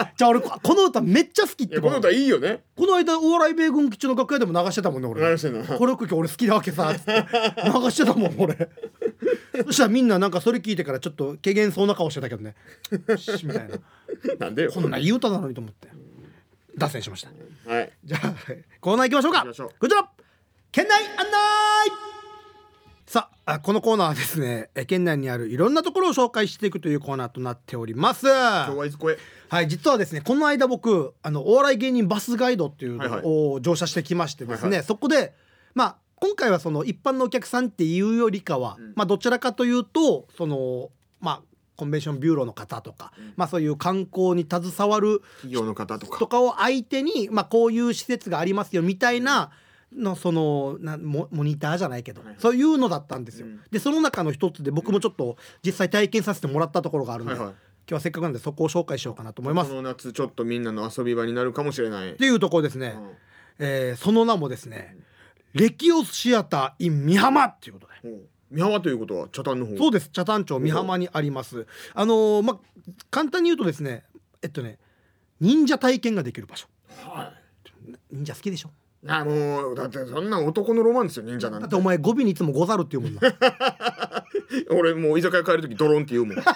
じゃあ俺この歌めっちゃ好きっていやこの歌いいよね。 この間お笑い米軍基地の楽屋でも流してたもんね俺。 流してんのこれ俺好きなわけさつって流してたもん俺。そしたらみんななんかそれ聞いてからちょっと怪げそうな顔してたけどねみたいな。 なんでよこんないい歌なのにと思って脱線しました。 はい、 じゃあコーナー行きましょうか。 行きましょう。 こちら県内案内。さあこのコーナーはですね県内にあるいろんなところを紹介していくというコーナーとなっております。 今日はいずこへ。 はい、実はですねこの間僕あのお笑い芸人バスガイドっていうのを乗車してきましてですね、はいはい、そこでまあ今回はその一般のお客さんっていうよりかは、うん、まあどちらかというとそのまあコンベンションビューローの方とか、うん、まあそういう観光に携わる企業の方とかとかを相手にまあこういう施設がありますよみたいなのそのな モ, モニターじゃないけど、 はいはい、 そういうのだったんですよ、うん、でその中の一つで僕もちょっと実際体験させてもらったところがあるので、はいはい、今日はせっかくなんでそこを紹介しようかなと思います。 この夏ちょっとみんなの遊び場になるかもしれないっていうところですね、うんえー、その名もですね、レキオスシアター in 美浜っていうことで、うん美浜ということは北谷の方。 そうです、北谷町美浜にあります。あのー、ま簡単に言うとですね、えっとね忍者体験ができる場所、はい、忍者好きでしょ。 あもうだってそんな男のロマンですよ忍者なんて。 だってお前語尾にいつもござるって言うもんな俺もう居酒屋帰るときドロンって言うもん古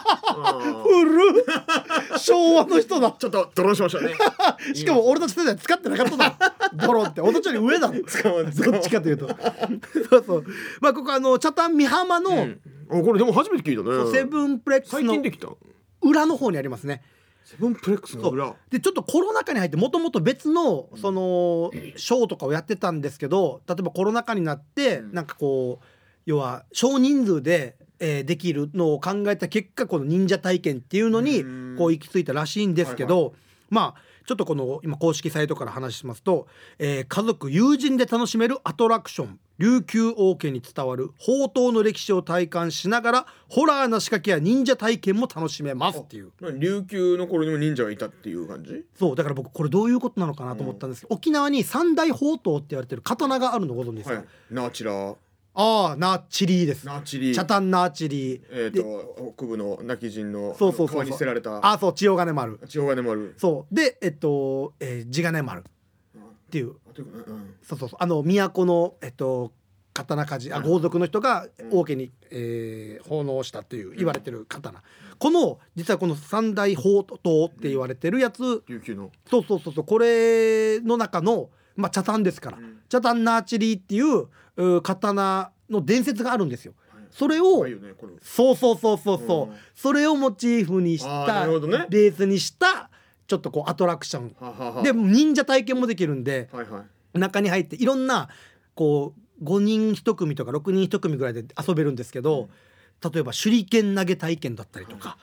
昭和の人だちょっとドロンしましょうねしかも俺たち世代使ってなかっただドロンって俺たちより上だろどっちかというとそうそうまあここあの北谷美浜の、うん、 これでも初めて聞いたね。 セブンプレックスの最近できた裏の方にありますね。 セブンプレックスの裏でちょっとコロナ禍に入ってもともと別のそのショーとかをやってたんですけど、例えばコロナ禍になってなんかこう要は少人数でえできるのを考えた結果この忍者体験っていうのにこう行き着いたらしいんですけど、はいはい、まあちょっとこの今公式サイトから話しますと、えー、家族友人で楽しめるアトラクション琉球王家に伝わる宝刀の歴史を体感しながらホラーな仕掛けや忍者体験も楽しめますっていう。 琉球の頃にも忍者がいたっていう感じ。 そうだから僕これどういうことなのかなと思ったんですけど、うん、沖縄に三大宝刀って言われてる刀があるのご存知ですか。はい、 ナーチラーああナーチリーです。 ナーチリーチャタンナーチリー、 えーと北部の亡き人のそうそうそうそう川に捨てられたあそう千代金丸千代金丸そうでえっと、えー、地金丸っていう、うん、そうそうそうあの都のえっと刀鍛冶あ豪族の人が王家に、うんえー、奉納したっていう言われてる刀、うん、この実はこの三大宝刀って言われてるやつ、 琉球のそうそうそうそうこれの中のまあチャタンですから、うん、チャタンナーチリーっていう刀の伝説があるんですよ。それを、ね、そうそうそうそうそう、うん、それをモチーフにした、ね、ベースにしたちょっとこうアトラクションはははで忍者体験もできるんで、はいはい、中に入っていろんなこうごにんいち組とかろくにんいち組ぐらいで遊べるんですけど、うん、例えば手裏剣投げ体験だったりとか、はい、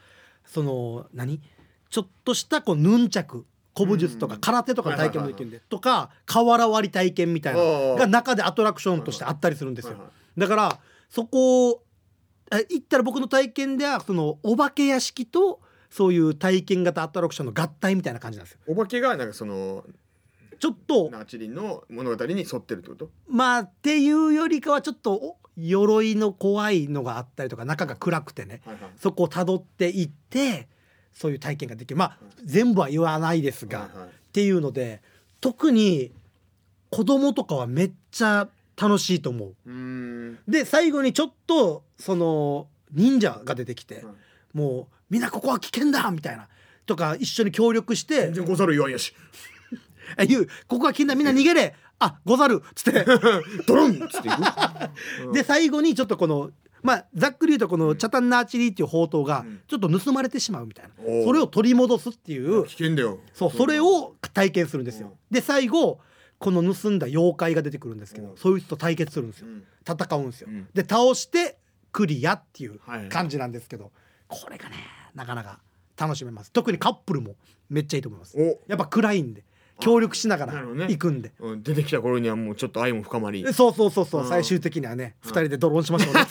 その何ちょっとしたこうヌンチャク古武術とか空手とかの体験もできるんで、とか瓦割り体験みたいなのが中でアトラクションとしてあったりするんですよ。だからそこを行ったら僕の体験ではそのお化け屋敷とそういう体験型アトラクションの合体みたいな感じなんですよ。 お化けがなんかそのちょっとナーチリンの物語に沿ってるってこと？ まあっていうよりかはちょっと鎧の怖いのがあったりとか中が暗くてね、はいはい、そこを辿っていってそういう体験ができる。まあ、はい、全部は言わないですが、はいはい、っていうので特に子供とかはめっちゃ楽しいと思う。うーんで最後にちょっとその忍者が出てきて、はい、もうみんなここは危険だみたいなとか一緒に協力して全然ござる言わんやし言うここは危険だみんな逃げれあござるっつってドロンっつっていくで最後にちょっとこのまあざっくり言うとこのチャタンナーチリーっていう宝刀がちょっと盗まれてしまうみたいな、うん、それを取り戻すっていう危険だよそうそれを体験するんですよ、うん、で最後この盗んだ妖怪が出てくるんですけど、うん、そいつと対決するんですよ、うん、戦うんですよ、うん、で倒してクリアっていう感じなんですけど、はい、これがねなかなか楽しめます。特にカップルもめっちゃいいと思います。やっぱ暗いんで協力しながら行くんで、ねうん、出てきた頃にはもうちょっと愛も深まりそうそうそうそう、うん、最終的にはねふたりでドローンしましょうね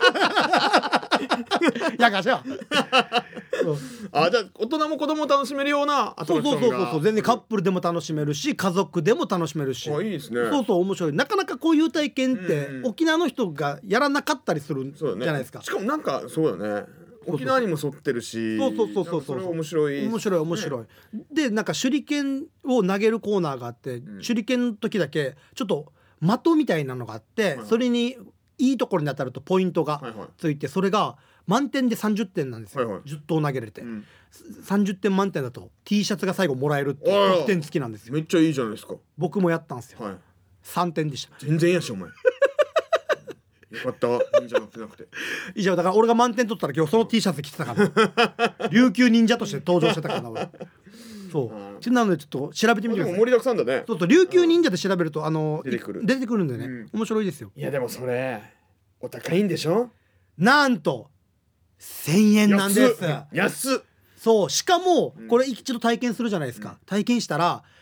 やかしょあじゃあ大人も子供も楽しめるようなアトラクションがそうそうそうそう全然カップルでも楽しめるし家族でも楽しめるしあいいですねそうそう面白い。なかなかこういう体験って沖縄の人がやらなかったりするんじゃないですか、 ね、しかもなんかそうだね沖縄にも沿ってるしそうそうそうそうそうそれ面白い面白い面白い、ね、でなんか手裏剣を投げるコーナーがあって、うん、手裏剣の時だけちょっと的みたいなのがあって、はいはい、それにいいところに当たるとポイントがついて、はいはい、それが満点でさんじゅってんなんですよ、はいはい、じゅっ投投げれて、うん、さんじゅってん満点だと T シャツが最後もらえるっていう得点付きなんですよ。 めっちゃいいじゃないですか。 僕もやったんですよ、はい、さんてんでした。 全然やしお前よかった忍者乗ってなくて以上だから俺が満点取ったら今日その T シャツ着てたから琉球忍者として登場してたからな俺そうなのでちょっと調べてみてください。 盛りだくさんだね。 そうそう琉球忍者で調べるとあの出てくる出てくるんでね、うん、面白いですよ。 いやでもそれお高いんでしょ。 なんとせんえんなんです。 安っ。 そうしかもこれ一度体験するじゃないですか、うん、体験したら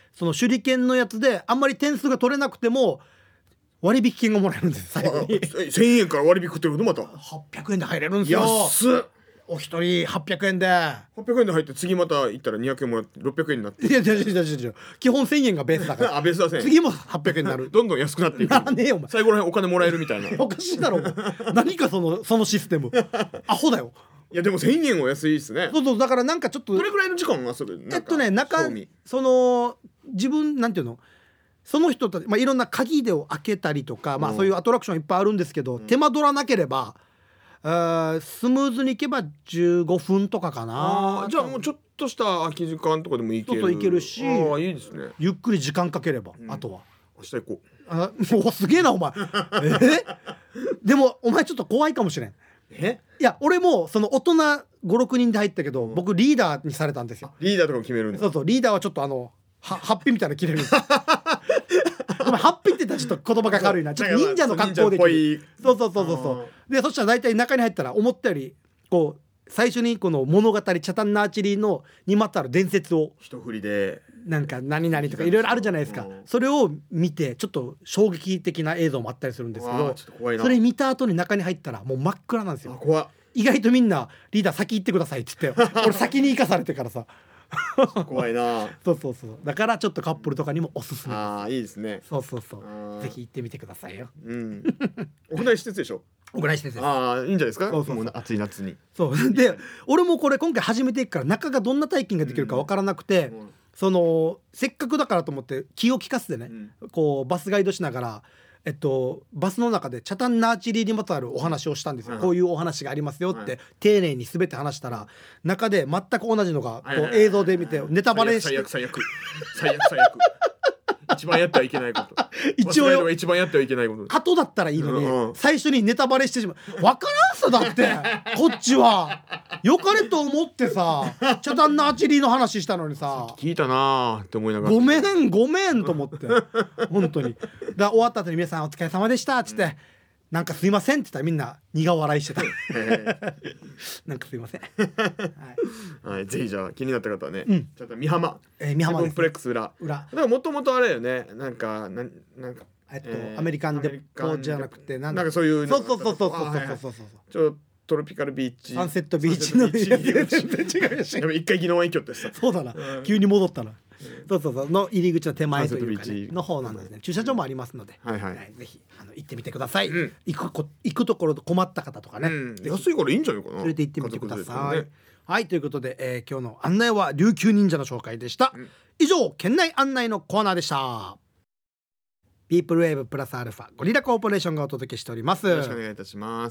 その手裏剣のやつであんまり点数が取れなくても割引券がもらえるんです最後にせんえんから割引ってことまたはっぴゃくえんで入れるんですよ。 安っ。 お一人はっぴゃくえんではっぴゃくえんで入って次また行ったらにひゃくえんもらってろっぴゃくえんになっていやいやいやいやいや基本せんえんがベースだからあベースだせん次もはっぴゃくえんになるどんどん安くなっていくなねえよお前最後らへんお金もらえるみたいなおかしいだろ何かそのそのシステムアホだよ。 いやでもせんえんは安いっすね。 そうそうだからなんかちょっとどれくらいの時間遊ぶ？ えっとね中興味その自分なんていうのその人たち、まあ、いろんな鍵でを開けたりとか、まあ、そういうアトラクションいっぱいあるんですけど、うん、手間取らなければあスムーズにいけばじゅうごふんとかかな。 あじゃあもうちょっとした空き時間とかでもいける。 そうそういけるしあいいですね。 ゆっくり時間かければ、うん、あとは明日行こう。 あもうすげえなお前えでもお前ちょっと怖いかもしれん。 えいや俺もその大人ごろくにんで入ったけど、うん、僕リーダーにされたんですよ。 リーダーとかも決めるんだ。 そうそうリーダーはちょっとあのはハッピーみたいなの着れるんですお前ハッピーって言ったらちょっと言葉が軽いなちょっと忍者の格好で着る。そうそうそうそうそうでそしたら大体中に入ったら思ったよりこう最初にこの物語チャタンナーチリーのにまつわる伝説を一振りでなんか何々とかいろいろあるじゃないですか。それを見てちょっと衝撃的な映像もあったりするんですけどそれ見た後に中に入ったらもう真っ暗なんですよ。 怖っ。 意外とみんなリーダー先行ってくださいって言って俺先に行かされてからさ怖いなそうそうそうだからちょっとカップルとかにもおすすめ。 ああいいですね。 そうそうそうぜひ行ってみてくださいよ。 うん屋内施設でしょ。 屋内施設です。 ああいいんじゃないですか。 そうそうそうもう暑い夏にそうで俺もこれ今回初めて行くから中がどんな体験ができるか分からなくて、うん、そのせっかくだからと思って気を利かせてね、うん、こうバスガイドしながらえっと、バスの中でチャタンナーチリーにまつわるお話をしたんですよ、はい、こういうお話がありますよって、はい、丁寧に全て話したら中で全く同じのがこう映像で見てネタバレして最悪最悪最悪最悪一番やってはいけないこと一応よ一番やってはいけないこと後だったらいいのに、うんうん、最初にネタバレしてしまう分からんさだってこっちはよかれと思ってさチャタンナーチリーの話したのにさ聞いたなーって思いながらごめんごめんと思って本当にだ終わった後に皆さんお疲れ様でしたっつって、うん、なんかすいませんって言ったらみんな苦笑いしてたなんかすいませんはい、はい、ぜひじゃあ気になった方はね、うん、ちょっと美浜、 えー、美浜です、ね、 セブンプレックス裏裏だからもともとあれよねなんかななんかえっと、えー、アメリカンデポじゃなくてなんなんかそういうそうそうそうそうそうそうそうそうちょトロピカルビーチサンセットビーチの全然違うし一回技能遠距ってさそうだな、うん、急に戻ったな、うん、そうそうそうの入り口の手前というか、ね、の方なんですね、うん、駐車場もありますので、 はいはいはい、ぜひあの行ってみてください、 うん、 行くこ行くところ困った方とかね、うん、 安いからいいんじゃないかな連れて行ってみてください、ね、はいということで、えー、今日の案内は琉球忍者の紹介でした、うん、以上県内案内のコーナーでした。ピープルウェーブプラスアルファゴリラコーポレーションがお届けしております。 よろしくお願いいたします。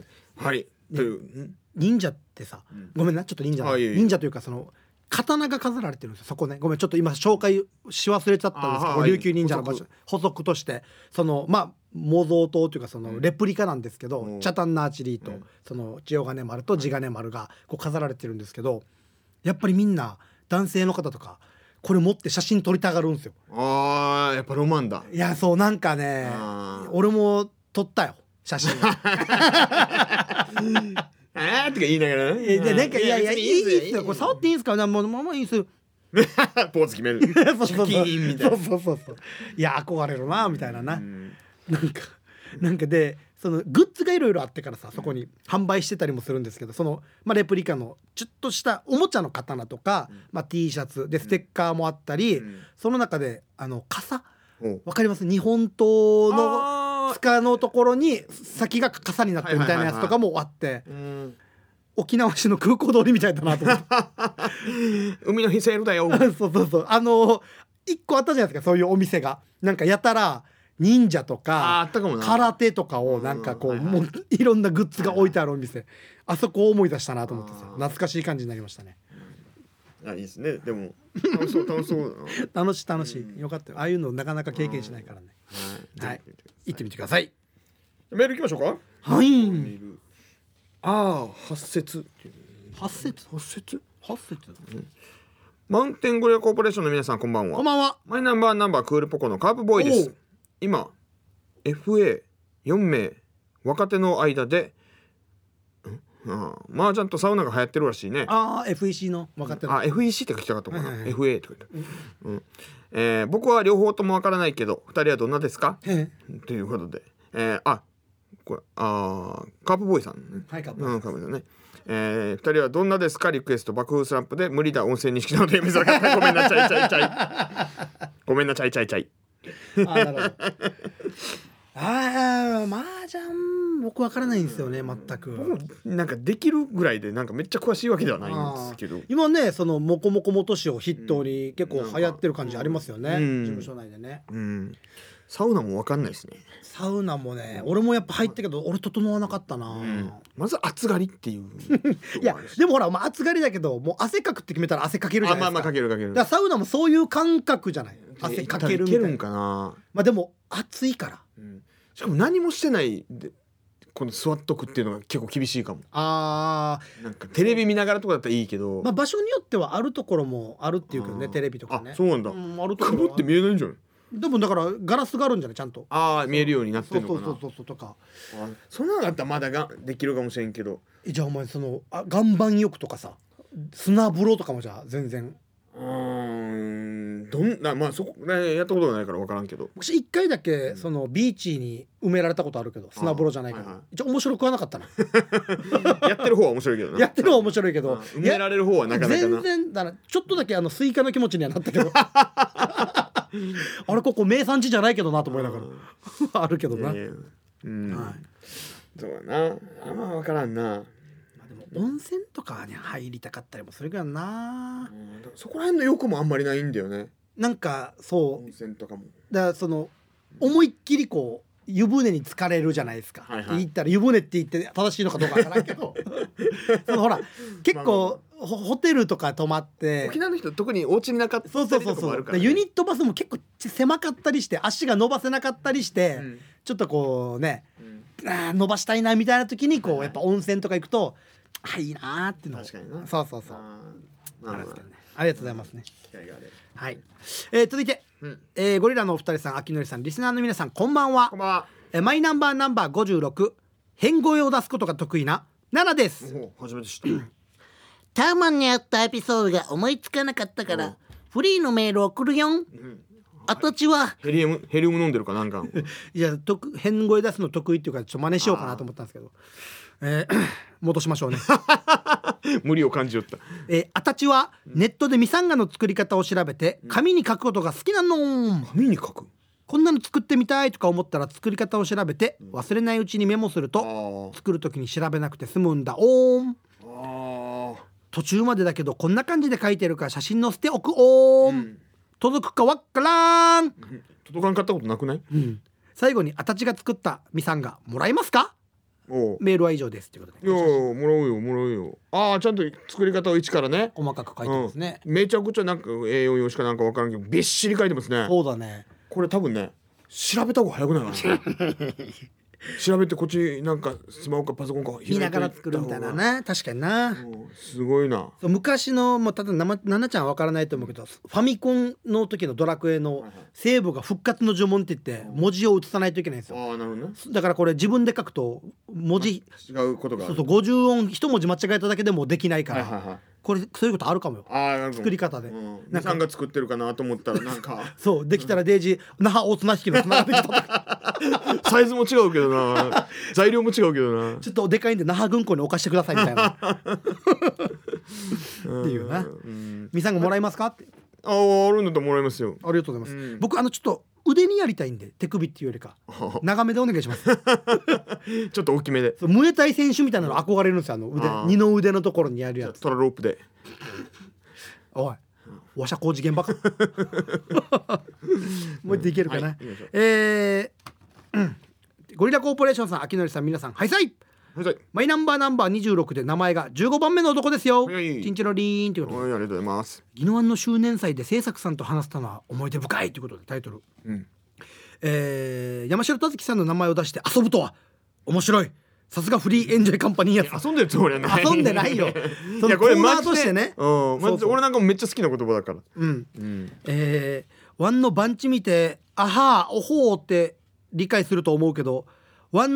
はい、 ね、忍者ってさ、うん、ごめんなちょっと忍者、はい、忍者というかその刀が飾られてるんですよそこね。ごめんちょっと今紹介し忘れちゃったんですけど、琉球忍者の場所補足としてそのまあ模造刀というかそのレプリカなんですけど、うん、チャタンナーチリーと、うん、その千代金丸と地金丸がこう飾られてるんですけど、やっぱりみんな男性の方とかこれ持って写真撮りたがるんですよ。 あーやっぱロマンだ。 いやそうなんかね俺も撮ったよ写真あーとか言いながらねでなんかいやいやいいっすよこれ触っていいですかもうもういいっすよポーズ決めるそうそうそうそうそうそういや憧れるなみたいなな、うん、なんかなんかでそのグッズがいろいろあってからさそこに販売してたりもするんですけどその、まあ、レプリカのちょっとしたおもちゃの刀とか、うんまあ、T シャツでステッカーもあったり、うん、その中であの傘わかります日本刀の柄のところに先が傘になってるみたいなやつとかもあって沖縄市の空港通りみたいだなと思って海の日セールだよそうそうそうあの一個あったじゃないですかそういうお店がなんかやたら忍者とか空手とかをなんかこうもういろんなグッズが置いてあるお店あそこを思い出したなと思ってさ懐かしい感じになりましたね。 あいいですねでも楽しそう楽しそうだな楽しい楽しいよかったよああいうのなかなか経験しないからねはい、行ってみてください。 メール行きましょうか。 はいああ発節発節発節発節、 うん、マウンテンゴリラコーポレーションの皆さんこんばんは。 こんばんは。 マイナンバーナンバークールポコのカープボーイです。今 エフエーよん 名若手の間でうん、麻雀とサウナが流行ってるらしいね。 ああ エフイーシー の分かってる。 あ エフイーシー って書きたかったもんな、 はいはいはい、 エフエー とか言って、うんえー、僕は両方ともわからないけどふたりはどんなですかということで、えー、あこれあカープボーイさん、ね、 はいカープボーイさん、 うん、カープさんね。えー、ふたりはどんなですかリクエスト爆風スランプで無理だ温泉錦なので見づらかったごめんなちゃいちゃいちゃいごめんなちゃいちゃいちゃいあなるほどあ麻雀僕わからないんですよね全く。 僕もなんかできるぐらいでなんかめっちゃ詳しいわけではないんですけど、 今ねそのモコモコ元氏を筆頭に結構流行ってる感じありますよね、うん、事務所内でね、 うん、サウナもわかんないですね。 サウナもね俺もやっぱ入ったけど俺整わなかったな、うん、 まず暑がりっていういやでもほら、まあ、暑がりだけどもう汗かくって決めたら汗かけるじゃないですか。 あまあまあかけるかける。 だからサウナもそういう感覚じゃない、汗かけるみたいな。いけるんかな。まあでも暑いから、 うん、しかも何もしてないでこの座っとくっていうのが結構厳しいかも。あーなんかテレビ見ながらとかだったらいいけど、 まあ、場所によってはあるところもあるっていうけどねテレビとかね。 あそうなんだ、うん、あるところかぶって見えないんじゃない。 でもだからガラスがあるんじゃないちゃんと。 ああ見えるようになってるのかな。 そうそうそうそうとか。 あそんなのだったらまだができるかもしれんけど。 えじゃあお前そのあ岩盤浴とかさ砂風呂とかもじゃあ全然。 うーんどんなまあそこ、ね、やったことがないから分からんけど。 私一回だけそのビーチに埋められたことあるけど砂風呂じゃないから、はいはい、一応面白くはなかったなやってる方は面白いけどな。 やってる方は面白いけど埋められる方はなかなかな。 全然だからちょっとだけあのスイカの気持ちにはなったけどあれここ名産地じゃないけどなと思いながらあるけどな、えーうんはい、 そうだなあんま分からんな。 でも温泉とかに入りたかったりもするけどな、 うん、そこら辺の欲もあんまりないんだよね。 なんかそう温泉とかもだからその思いっきりこう湯船に浸かれるじゃないですか、はいはい、言ったら湯船って言って正しいのかどうかわからんけどそのほら結構、まあ、ホテルとか泊まって沖縄の人特にお家になかったりとかもあるから、ね、 ユニットバスも結構狭かったりして足が伸ばせなかったりして、うん、ちょっとこうね、うん、あ伸ばしたいなみたいな時にこう、はいはい、やっぱ温泉とか行くとあいいなーっていうの。 確かにな。 そうそうそうあるんですけどね。ありがとうございますね。はい、えー、続いて、うんえー、ゴリラのお二人さん、秋典さん、リスナーの皆さんこんばんは。 こんばんは。 えー、マイナンバーナンバーごじゅうろく変声を出すことが得意なナナです。 初めて知ったターマンにあったエピソードが思いつかなかったからフリーのメール送るよん、うん、あとちはヘリウムヘリウム飲んでるかなんかいや得変声出すの得意っていうかちょっと真似しようかなと思ったんですけど、えー、戻しましょうね無理を感じよった、 えー、あたちはネットでミサンガの作り方を調べて紙に書くことが好きなの。 紙に書くこんなの作ってみたいとか思ったら作り方を調べて忘れないうちにメモすると作る時に調べなくて済むんだ。おーんあ途中までだけどこんな感じで書いてるから写真載せておくおーん、うん、届くかわっからん届かんかったことなくない、 うん、最後にあたちが作ったミサンガもらえますか。メールは以上ですということで。 いやもらうよもらうよ。ああちゃんと作り方を一からね細かく書いてますね、 うん、めちゃくちゃなんか エーよん 用紙かなんか分からんけどびっしり書いてますね。 そうだね。 これ多分ね調べた方が早くないかな調べてこっちなんかスマホかパソコンか見ながら作るみたいなね。確かにな、 すごいな。 昔のもうただななちゃんは分からないと思うけどファミコンの時のドラクエのセーブが復活の呪文って言って文字を写さないといけないんですよ。 あなるほど、ね、 だからこれ自分で書くと文字違うことがある。 そうそうごじゅう音一文字間違えただけでもできないから、はいはいはい、これそういうことあるかもよ。 あ作り方で、 うん、なんかさんが作ってるかなと思ったらなんかそうできたらデージ那覇大綱引きのつながってきたとかサイズも違うけどな材料も違うけどなちょっとでかいんで那覇軍港に置かしてくださいみたいなっていうな、うん、ミサンガもらえますかって。 あああるんだったらもらいますよ。 ありがとうございます、うん、僕あのちょっと腕にやりたいんで手首っていうよりか長めでお願いしますちょっと大きめで。 ムエタイ選手みたいなの憧れるんですよ。あの腕二の腕のところにやるやつ。 トラロープでおいわしゃ工事現場かもう一回いけるかな、はい、えー、うん、ゴリラコーポレーションさん、秋典さん、皆さんはいさい、はい、マイナンバーナンバーにじゅうろくで名前がじゅうごばんめの男ですよ。チンチロリーンということで、 はい、ありがとうございます。 宜野湾の周年祭で制作さんと話したのは思い出深いということでタイトル、うんえー、山城達樹さんの名前を出して遊ぶとは面白い。さすがフリーエンジョイカンパニーやつ。 遊んでるつもりはない。 遊んでないよそのコーナーとしてね。 うんマジで俺なんかもめっちゃ好きな言葉だから。うん、 うん、えー、ワンの番地見てあはーおほーって理解すると思うけどワンの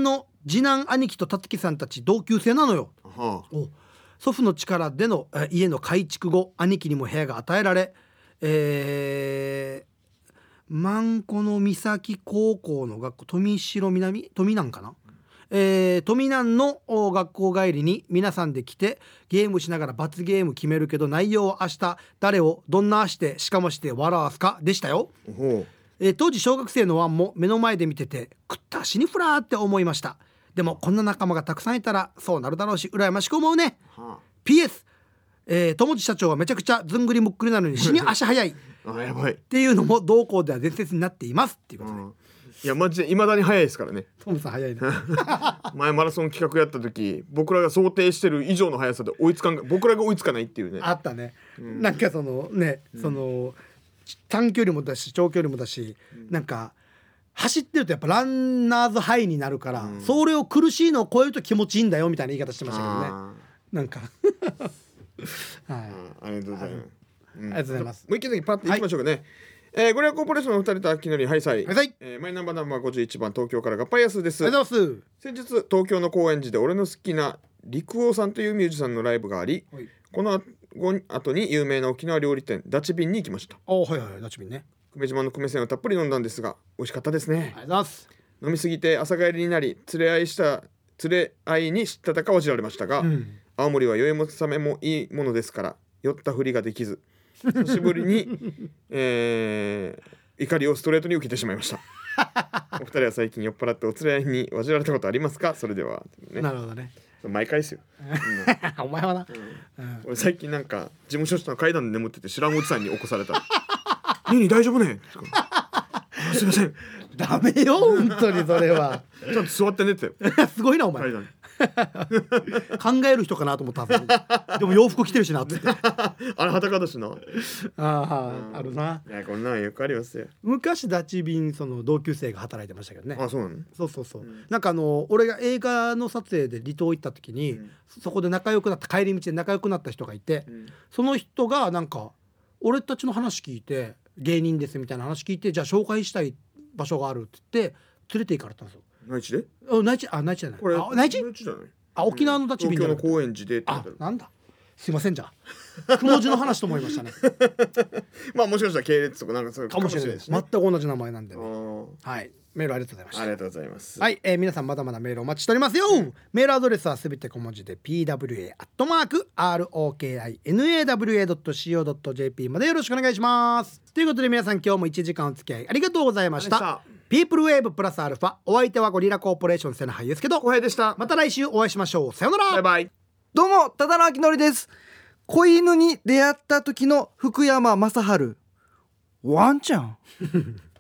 次男兄貴とたつきさんたち同級生なのよ。 はあ、 お祖父の力でのえ家の改築後、兄貴にも部屋が与えられ、えー、万古の岬高校の学校、富城南富南かな、えー、富南の学校帰りに皆さんで来てゲームしながら罰ゲーム決めるけど、内容は明日誰をどんなしてしかもして笑わすかでしたよ。 ほう、 えー、当時小学生のワンも目の前で見てて食った死にフラーって思いました。でもこんな仲間がたくさんいたらそうなるだろうし羨ましく思うね。 はあ、 ピーエス、えー、友地社長はめちゃくちゃずんぐりむっくりなのに死に足早いっあ、やばい。 ていうのも同校では伝説になっていますっていうことで、 うん、いやマジで未だに早いですからね。 トムさん早いな前マラソン企画やった時、僕らが想定してる以上の速さで追いつかん、僕らが追いつかないっていうね。 あったね、 うん、 なんかそのね、その短距離もだし長距離もだし、うん、なんか走ってるとやっぱランナーズハイになるから、うん、それを苦しいのを超えると気持ちいいんだよみたいな言い方してましたけどね。なんかはい、 ありがとうございます、うん、 ありがとうございます。 もう一回パッと行きましょうかね。はい、えー、ゴリラコーポレーションのふたりと秋のりハイサイ、 はい、 えー、マイナンバーナンバーごじゅういちばん東京からがっぱいやすです。 ありがとうございます。 先日東京の高円寺で俺の好きな陸王さんというミュージシャンのライブがあり、はい、この後に有名な沖縄料理店ダチビンに行きました。 あ、はいはい、ダチビンね。 久米島の久米線をたっぷり飲んだんですが美味しかったですね。 ありがとうございます。 飲みすぎて朝帰りになり連れ合いした連れ合いに知ったたかはじられましたが、うん、青森は酔いも覚めもいいものですから酔ったふりができず久しぶりに、えー、怒りをストレートに受けてしまいましたお二人は最近酔っ払ってお連れ合いにわじられたことありますか？それでは、ね、 なるほどね。 毎回ですよお前はな、 うんうん、俺最近なんか事務所の階段で眠ってて知らんおじさんに起こされたニーニー大丈夫ねすいませんダメよ本当にそれはちゃんと座って寝てすごいなお前考える人かなと思ったでも洋服着てるしなってあれ裸だしなあ、うん、あるな。 いやこんなんよくありますよ。 昔ダチビンその同級生が働いてましたけどね。 あ、そうなの？ そうそうそう、うん、なんかあの俺が映画の撮影で離島行った時に、うん、そこで仲良くなった帰り道で仲良くなった人がいて、うん、その人がなんか俺たちの話聞いて芸人ですみたいな話聞いてじゃあ紹介したい場所があるって言って連れて行かれたんですよ。 内地で？ あ、内地、あ、内地じゃない。これ内地？ 内地じゃない。 あ、沖縄のダチビン。 東京の高円寺でってあ、なんだ。すいませんじゃあ。くもじの話と思いましたね。 まあもしかしたら系列とかなんかそういうかもしれないです。全く同じ名前なんでね。はい。メールありがとうございました。 ありがとうございます。 はい、えー、皆さんまだまだメールお待ちしておりますよ。うん、メールアドレスはすべて小文字で ピーダブリューエー アットマーク アールオーケーアイエヌエーダブリューエー ドットシーオー ドットジェーピー までよろしくお願いします。ということで皆さん今日もいちじかんお付き合いありがとうございました。ピープルウェーブプラスアルファ、お相手はゴリラコーポレーション瀬名俳優ですけど、 小平でした。 また来週お会いしましょう。さよなら。 バイバイ。 どうも、ただのあきのりです。子犬に出会った時の福山雅治ワンちゃん